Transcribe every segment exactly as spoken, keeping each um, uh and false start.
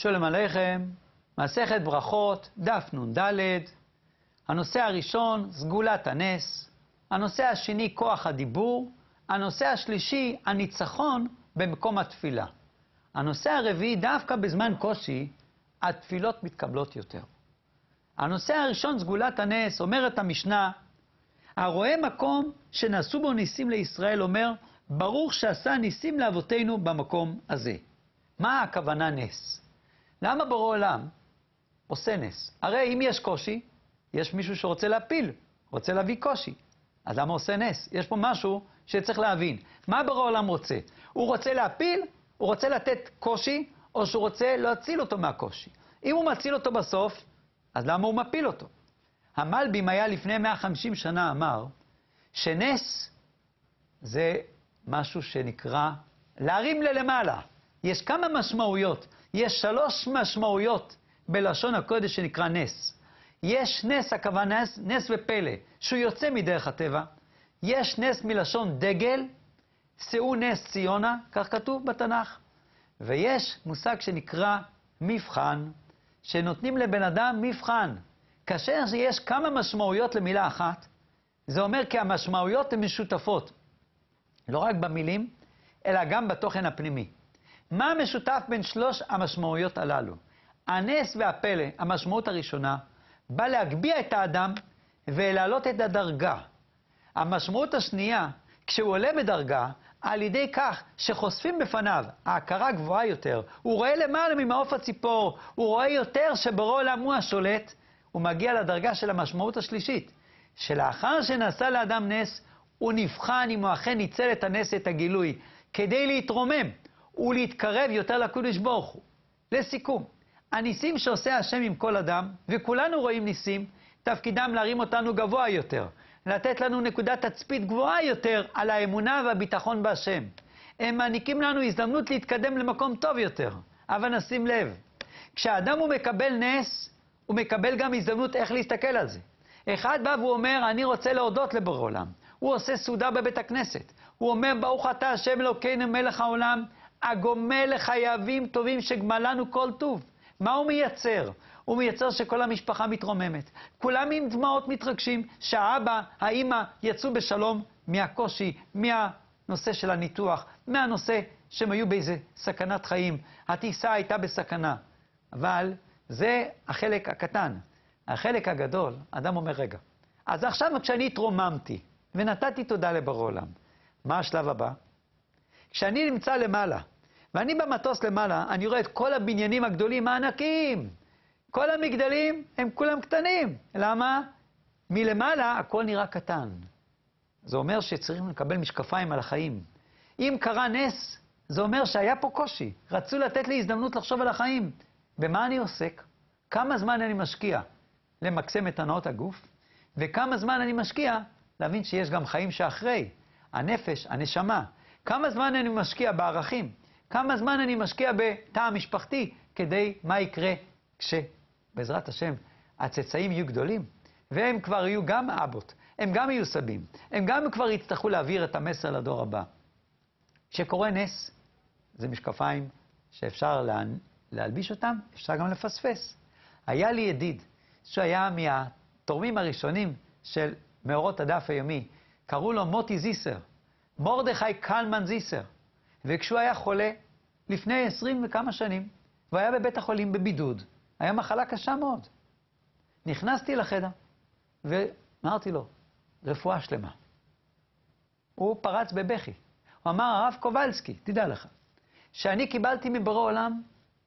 שלום עליכם, מסכת ברכות, דף נ"ד. הנושא הראשון, סגולת הנס. הנושא השני, כוח הדיבור. הנושא השלישי, הניצחון במקום התפילה. הנושא הרביעי, דווקא בזמן קושי, התפילות מתקבלות יותר. הנושא הראשון, סגולת הנס, אומרת המשנה, הרואה מקום שנעשו בו ניסים לישראל, אומר, ברוך שעשה ניסים לאבותינו במקום הזה. מה הכוונה נס? למה ברור עולם עושה נס? הרי אם יש קושי, יש מישהו שרוצה להפיל, רוצה להביא קושי. אז למה עושה נס? יש פה משהו שצריך להבין. מה ברור עולם רוצה? הוא רוצה להפיל, הוא רוצה לתת קושי, או שהוא רוצה להציל אותו מהקושי. אם הוא מציל אותו בסוף, אז למה הוא מפיל אותו? המלבים היה לפני מאה וחמישים שנה אמר, שנס זה משהו שנקרא להרים ללמעלה. יש כמה משמעויות. יש שלוש משמעויות בלשון הקודש שנקרא נס. יש נס, הכוונה נס, נס ופלא, שהוא יוצא מדרך הטבע. יש נס מלשון דגל, שאו נס ציונה, כך כתוב בתנ"ך. ויש מושג שנקרא מבחן, שנותנים לבן אדם מבחן. כאשר יש כמה משמעויות למילה אחת, זה אומר כי המשמעויות הן משותפות. לא רק במילים, אלא גם בתוכן הפנימי. מה משותף בין שלוש המשמעויות הללו? הנס והפלא, המשמעות הראשונה, בא להגביה את האדם ולהעלות את הדרגה. המשמעות השנייה, כשהוא עולה בדרגה, על ידי כך שחושפים בפניו ההכרה גבוהה יותר, הוא רואה למעלה ממעוף הציפור, הוא רואה יותר שברוא עולם הוא השולט, הוא מגיע לדרגה של המשמעות השלישית, שלאחר שנעשה לאדם נס, הוא נבחן אם הוא אכן ניצל את הנס, את הגילוי, כדי להתרומם ולהתקרב יותר לקדוש ברוך הוא. לסיכום, הניסים שעושה השם עם כל אדם, וכולנו רואים ניסים, תפקידם להרים אותנו גבוה יותר, לתת לנו נקודת תצפית גבוהה יותר על האמונה והביטחון בהשם. הם מעניקים לנו הזדמנות להתקדם למקום טוב יותר. אבל נשים לב, כשאדם הוא מקבל נס, הוא מקבל גם הזדמנות איך להסתכל על זה. אחד בא והוא אומר, אני רוצה להודות לבורא עולם. הוא עושה סעודה בבית הכנסת. הוא אומר, ברוך אתה השם אלוקינו מלך העולם, הגומל לחייבים טובים שגמלנו כל טוב. מה הוא מייצר? הוא מייצר שכל המשפחה מתרוממת. כולם עם דמעות מתרגשים, שהאבא, האמא יצאו בשלום מהקושי, מהנושא של הניתוח, מהנושא שהם היו באיזה סכנת חיים. הטיסה הייתה בסכנה. אבל זה החלק הקטן. החלק הגדול, אדם אומר, רגע, אז עכשיו כשאני התרוממתי ונתתי תודה לבורא עולם, מה השלב הבא? כשאני נמצא למעלה, ואני במטוס למעלה, אני רואה את כל הבניינים הגדולים הענקיים. כל המגדלים הם כולם קטנים. למה? מלמעלה הכל נראה קטן. זה אומר שצריכים לקבל משקפיים על החיים. אם קרה נס, זה אומר שהיה פה קושי. רצו לתת לי הזדמנות לחשוב על החיים. במה אני עוסק? כמה זמן אני משקיע למקסם את הנאות הגוף? וכמה זמן אני משקיע להבין שיש גם חיים שאחרי. הנפש, הנשמה. כמה זמן אני משקיע בערכים? כמה זמן אני משקיע בתא המשפחתי כדי מה יקרה כשבעזרת השם הצאצאים יהיו גדולים, והם כבר יהיו גם אבות, הם גם יהיו סבים, הם גם כבר יצטרכו להעביר את המסר לדור הבא. כשקורה נס, זה משקפיים שאפשר לה... להלביש אותם, אפשר גם לפספס. היה לי ידיד שהיה מהתורמים הראשונים של מאורות הדף היומי, קראו לו מוטי זיסר, מרדכי קלמן זיסר. וכשהוא היה חולה, לפני עשרים וכמה שנים, הוא היה בבית החולים בבידוד, היה מחלה קשה מאוד. נכנסתי לחדר, ואמרתי לו, רפואה שלמה. הוא פרץ בבכי. הוא אמר, הרב קובלסקי, תדע לך, שאני קיבלתי מבורא עולם,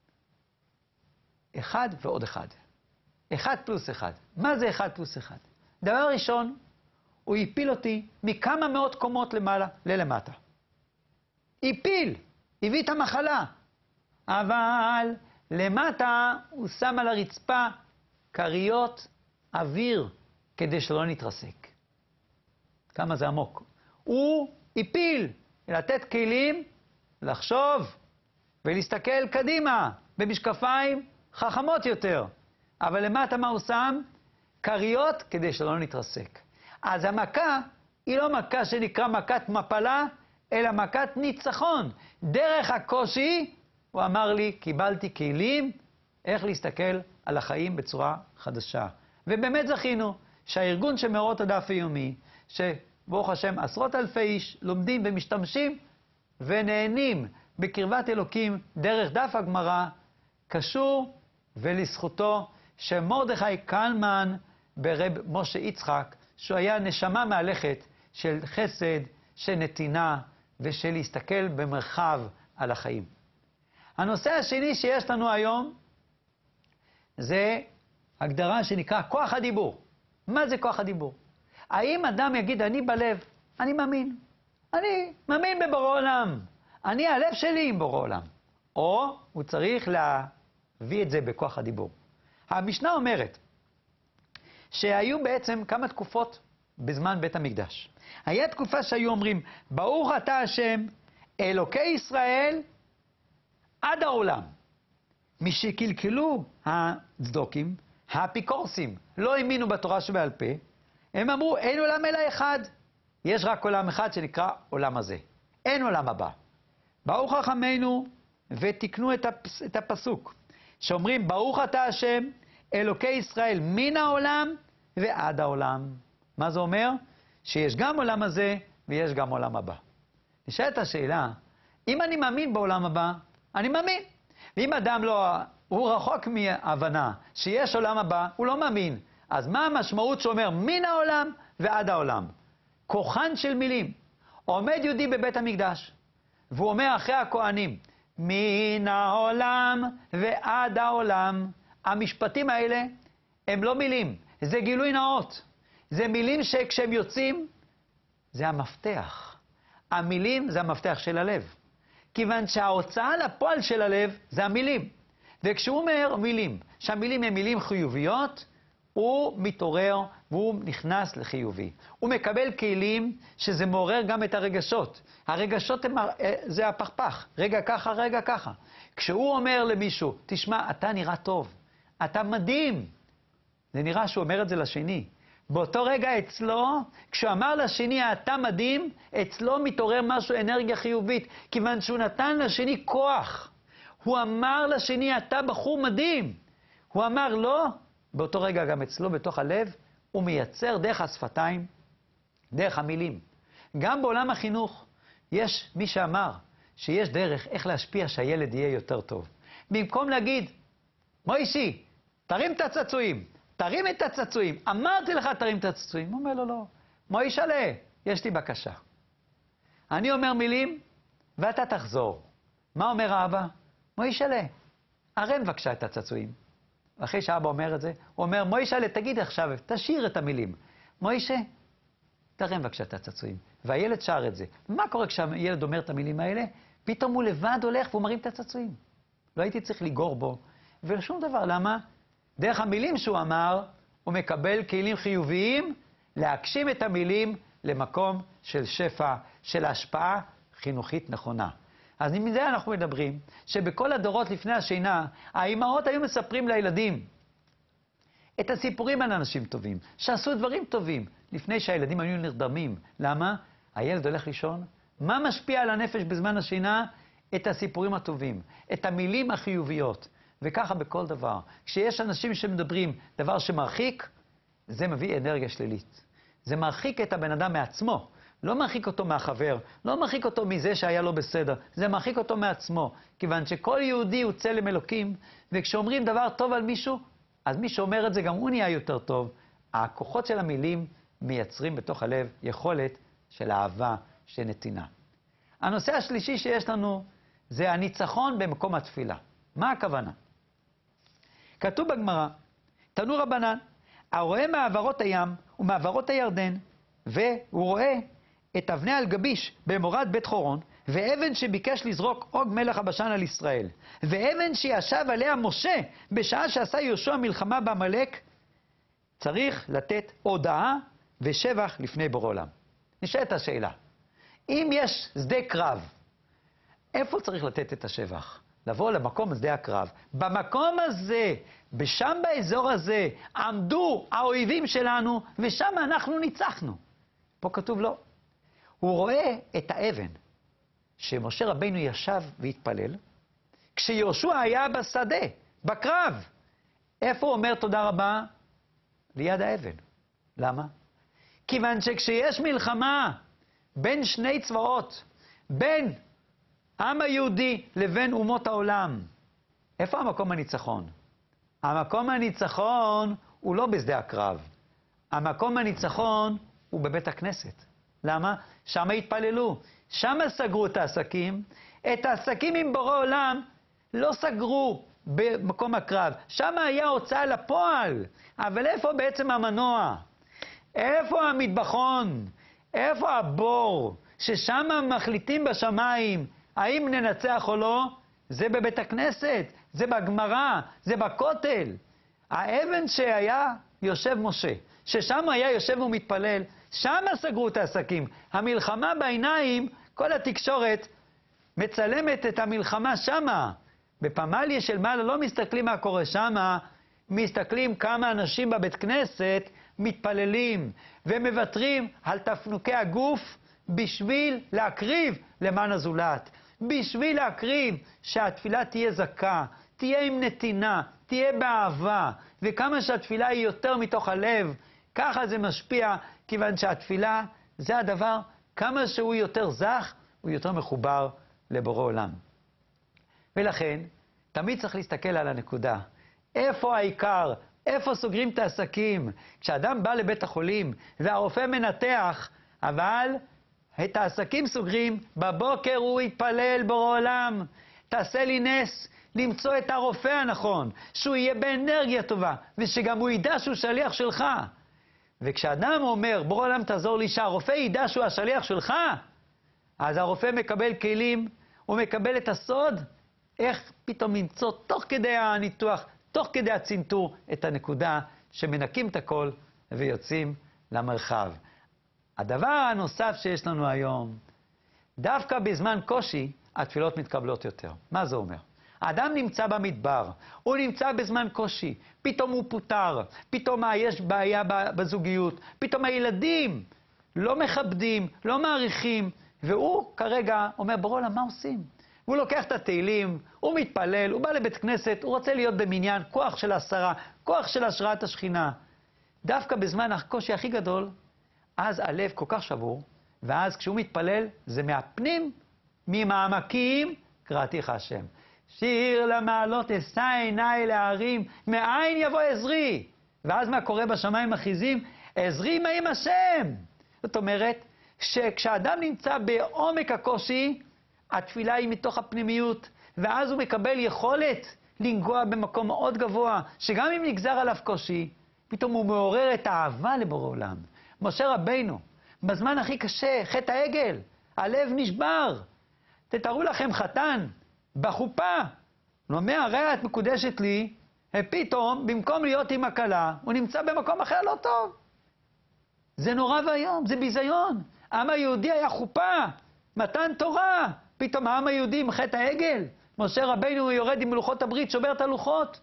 אחד ועוד אחד. אחד פלוס אחד. מה זה אחד פלוס אחד? דבר ראשון, הוא הפיל אותי מכמה מאות קומות למעלה ללמטה. הפיל, הביא את המחלה. אבל למטה הוא שם על הרצפה כריות אוויר כדי שלא נתרסק. כמה זה עמוק. הוא הפיל לתת כלים לחשוב ולהסתכל קדימה במשקפיים חכמות יותר. אבל למטה מה הוא שם? כריות כדי שלא נתרסק. אז המכה היא לא מכה שנקרא מכת מפלה, אלא מכת ניצחון. דרך הקושי, הוא אמר לי, קיבלתי כלים איך להסתכל על החיים בצורה חדשה. ובאמת זכינו שהארגון של מאורות הדף היומי, שברוך השם עשרות אלפי איש לומדים ומשתמשים ונהנים בקרבת אלוקים דרך דף הגמרא, קשור ולזכותו שמרדכי קלמן ברב משה יצחק, שהוא היה נשמה מהלכת של חסד, של נתינה ושל להסתכל במרחב על החיים. הנושא השני שיש לנו היום זה הגדרה שנקרא כוח הדיבור. מה זה כוח הדיבור? האם אדם יגיד אני בלב, אני מאמין, אני מאמין בבורא עולם, אני הלב שלי עם בורא עולם, או הוא צריך להביא את זה בכוח הדיבור. המשנה אומרת שהיו בעצם כמה תקופות בזמן בית המקדש. היה תקופה שהיו אומרים ברוך אתה השם אלוקי ישראל עד העולם. משקלקלו הצדוקים, האפיקורסים, לא האמינו בתורה שבעל פה, הם אמרו אין עולם אלא אחד, יש רק עולם אחד שנקרא עולם הזה, אין עולם הבא. באו חכמינו ותקנו את, הפס, את הפסוק שאומרים ברוך אתה השם אלוקי ישראל מן העולם ועד העולם. מה זה אומר? שיש גם עולם הזה ויש גם עולם הבא. נשאלת השאלה, אם אני מאמין בעולם הבא, אני מאמין. ואם אדם לא, הוא רחוק מהבנה שיש עולם הבא, הוא לא מאמין. אז מה המשמעות שאומר מן העולם ועד העולם? כוחן של מילים. עומד יהודי בבית המקדש, והוא אומר אחרי הכהנים, מן העולם ועד העולם. המשפטים האלה הם לא מילים, זה גילוי נאות. זה מילים שכשהם יוצאים, זה המפתח. המילים זה המפתח של הלב. כיוון שההוצאה לפועל של הלב זה המילים. וכשהוא אומר מילים, שהמילים הן מילים חיוביות, הוא מתעורר והוא נכנס לחיובי. הוא מקבל כלים שזה מעורר גם את הרגשות. הרגשות הם, זה הפכפך, רגע ככה, רגע ככה. כשהוא אומר למישהו, תשמע, אתה נראה טוב, אתה מדהים. זה נראה שהוא אומר את זה לשני. באותו רגע אצלו, כשהוא אמר לשני, אתה מדהים, אצלו מתעורר משהו, אנרגיה חיובית, כיוון שהוא נתן לשני כוח. הוא אמר לשני, אתה בחור מדהים. הוא אמר לא, באותו רגע גם אצלו, בתוך הלב, הוא מייצר דרך השפתיים, דרך המילים. גם בעולם החינוך, יש מי שאמר שיש דרך איך להשפיע שהילד יהיה יותר טוב. במקום להגיד, מוישי, תרים את הצעצועים, תרים את הצעצועים, אמרתי לך תרים את הצעצועים. הוא אומר לו, לא, מוישלה, יש לי בקשה. אני אומר מילים, ואתה תחזור. מה אומר האבא? מוישלה, הרם בבקשה את הצעצועים. אחרי שהאבא אומר את זה, הוא אומר, מוישלה, תגיד עכשיו, תשאיר את המילים. מוישה, תרם בבקשה את הצעצועים. והילד שר את זה. מה קורה כשהילד אומר את המילים האלה? פתאום הוא לבד הולך והוא מרים את הצעצועים. לא הייתי צריך לגור בו. ולשום דבר, למה? דרך המילים שהוא אמר, הוא מקבל כלים חיוביים להגשים את המילים למקום של שפע, של השפעה חינוכית נכונה. אז מזה אנחנו מדברים, שבכל הדורות לפני השינה, האימהות היו מספרים לילדים את הסיפורים על אנשים טובים, שעשו דברים טובים, לפני שהילדים היו נרדמים. למה? הילד הולך לישון. מה משפיע על הנפש בזמן השינה? את הסיפורים הטובים, את המילים החיוביות. וככה בכל דבר. כשיש אנשים שמדברים דבר שמרחיק, זה מביא אנרגיה שלילית. זה מרחיק את הבן אדם מעצמו. לא מרחיק אותו מהחבר, לא מרחיק אותו מזה שהיה לו בסדר, זה מרחיק אותו מעצמו. כיוון שכל יהודי הוא צלם אלוקים, וכשאומרים דבר טוב על מישהו, אז מי שאומר את זה גם הוא נהיה יותר טוב. הכוחות של המילים מייצרים בתוך הלב יכולת של אהבה, של נתינה. הנושא השלישי שיש לנו זה הניצחון במקום התפילה. מה הכוונה? כתוב בגמרא, תנו רבנן, הרואה מעברות הים ומעברות הירדן, והוא רואה את אבני אלגביש במורד בית חורון, ואבן שביקש לזרוק עוג מלך הבשן על ישראל, ואבן שישב עליה משה בשעה שעשה יהושע מלחמה בעמלק, צריך לתת הודעה ושבח לפני בורא עולם. נשאלת השאלה, אם יש שדה קרב, איפה צריך לתת את השבח? לבוא למקום שדה הקרב. במקום הזה, בשם באזור הזה, עמדו האויבים שלנו, ושם אנחנו ניצחנו. פה כתוב לא. הוא רואה את האבן שמשה רבינו ישב והתפלל, כשיהושע היה בשדה, בקרב. איפה הוא אומר תודה רבה? ליד האבן. למה? כיוון שכשיש מלחמה בין שני צבאות, בין העם היהודי לבין אומות העולם, איפה המקום הניצחון? המקום הניצחון הוא לא בשדה הקרב. המקום הניצחון הוא בבית הכנסת. למה? שם התפללו. שם סגרו את העסקים. את העסקים עם בורא עולם לא סגרו במקום הקרב. שם היה הוצאה לפועל. אבל איפה בעצם המנוע? איפה המטבחון? איפה הבור? ששם מחליטים בשמיים האם ננצח או לא? זה בבית הכנסת, זה בגמרא, זה בכותל. האבן שהיה יושב משה, ששם היה יושב ומתפלל, שם סגרו את העסקים. המלחמה בעיניים, כל התקשורת מצלמת את המלחמה שמה. בפמליה של מעלה לא מסתכלים מה קורה שמה, מסתכלים כמה אנשים בבית כנסת מתפללים ומוותרים על תפנוקי הגוף בשביל להקריב למען הזולת. בשביל להקריב שהתפילה תהיה זכה, תהיה עם נתינה, תהיה באהבה, וכמה שהתפילה היא יותר מתוך הלב, ככה זה משפיע, כיוון שהתפילה זה הדבר, כמה שהוא יותר זך, הוא יותר מחובר לבורא עולם. ולכן, תמיד צריך להסתכל על הנקודה. איפה העיקר? איפה סוגרים את העסקים? כשאדם בא לבית החולים והרופא מנתח, אבל את העסקים סוגרים, בבוקר הוא יתפלל בורא עולם. תעשה לי נס למצוא את הרופא הנכון, שהוא יהיה באנרגיה טובה, ושגם הוא ידע שהוא שליח שלך. וכשאדם אומר, בורא עולם תעזור לי, שהרופא ידע שהוא השליח שלך, אז הרופא מקבל כלים, הוא מקבל את הסוד, איך פתאום למצוא תוך כדי הניתוח, תוך כדי הצנתור, את הנקודה שמנקים את הכל ויוצאים למרחב. הדבר הנוסף שיש לנו היום, דווקא בזמן קושי, התפילות מתקבלות יותר. מה זה אומר? האדם נמצא במדבר, הוא נמצא בזמן קושי, פתאום הוא פוטר, פתאום יש בעיה בזוגיות, פתאום הילדים לא מכבדים, לא מעריכים, והוא כרגע אומר, בורא עולם, מה עושים? הוא לוקח את התהילים, הוא מתפלל, הוא בא לבית כנסת, הוא רוצה להיות במניין, כוח של עשרה, כוח של השראת השכינה. דווקא בזמן הקושי הכי גדול, אז הלב כל כך שבור, ואז כשהוא מתפלל, זה מהפנים, ממעמקים, קראתיך השם. שיר למעלות אשא עיניי להרים, מאין יבוא עזרי? ואז מה קורה בשמיים מחיזים? עזרי מעם השם. זאת אומרת, שכשאדם נמצא בעומק הקושי, התפילה היא מתוך הפנימיות, ואז הוא מקבל יכולת לנגוע במקום מאוד גבוה, שגם אם נגזר עליו קושי, פתאום הוא מעורר את האהבה לבורא עולם. משה רבינו, בזמן הכי קשה, חטא העגל, הלב נשבר. תתארו לכם חתן, בחופה, הוא אומר, הרי את מקודשת לי, ופתאום, במקום להיות עם הכלה, הוא נמצא במקום אחר לא טוב. זה נורא והיום, זה ביזיון. העם היהודי היה חופה, מתן תורה, פתאום העם היהודי עם חטא העגל, משה רבינו יורד עם לוחות הברית, שובר את הלוחות.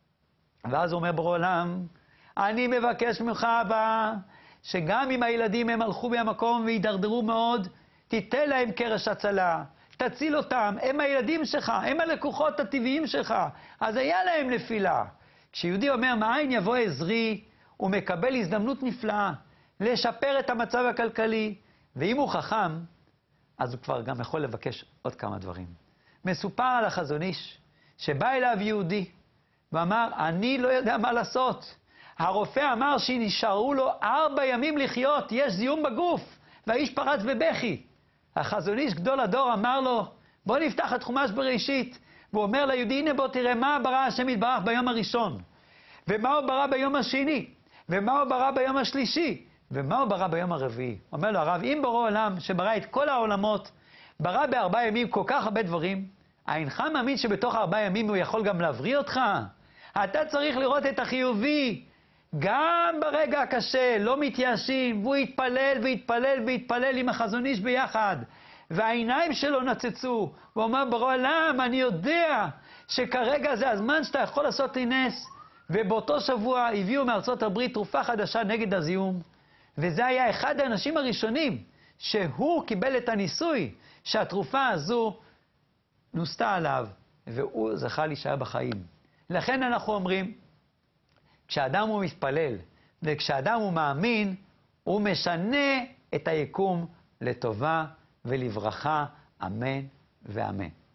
ואז הוא אומר בורא עולם, אני מבקש ממך אבא, שגם אם הילדים הם הלכו מהמקום והידרדרו מאוד, תיתן להם קרש הצלה, תציל אותם, הם הילדים שלך, הם הלקוחות הטבעיים שלך, אז היה להם נפילה. כשיהודי אומר, מאין יבוא עזרי, הוא מקבל הזדמנות נפלאה, לשפר את המצב הכלכלי, ואם הוא חכם, אז הוא כבר גם יכול לבקש עוד כמה דברים. מסופר על החזון איש, שבא אליו יהודי, ואמר, אני לא יודע מה לעשות. הרופא אמר שנשארו לו ארבע ימים לחיות, יש זיהום בגוף, והאיש פרץ בבכי. החזון איש גדול הדור אמר לו, בוא נפתח את חומש בראשית. והוא אומר ליהודי, הנה בוא תראה מה ברא השם יתברך ביום הראשון, ומה הוא ברא ביום השני, ומה הוא ברא ביום השלישי, ומה הוא ברא ביום הרביעי. אומר לו הרב, אם בורא עולם שברא את כל העולמות, ברא בארבע ימים כל כך הרבה דברים, אינך מאמין שבתוך ארבע ימים הוא יכול גם להבריא אותך? אתה צריך לראות את החיובי. גם ברגע הקשה לא מתייאשים, והוא יתפלל ויתפלל ויתפלל עם החזון איש ביחד, והעיניים שלו נצצו. הוא אומר, בורא עולם, אני יודע שכרגע זה הזמן שאתה יכול לעשות לי נס. ובאותו שבוע הביאו מארצות הברית תרופה חדשה נגד הזיהום, וזה היה אחד האנשים הראשונים שהוא קיבל את הניסוי שהתרופה הזו נוסתה עליו, והוא זכה להישאר בחיים. לכן אנחנו אומרים, כשאדם הוא מתפלל וכשאדם הוא מאמין, הוא משנה את היקום לטובה ולברכה, אמן ואמן.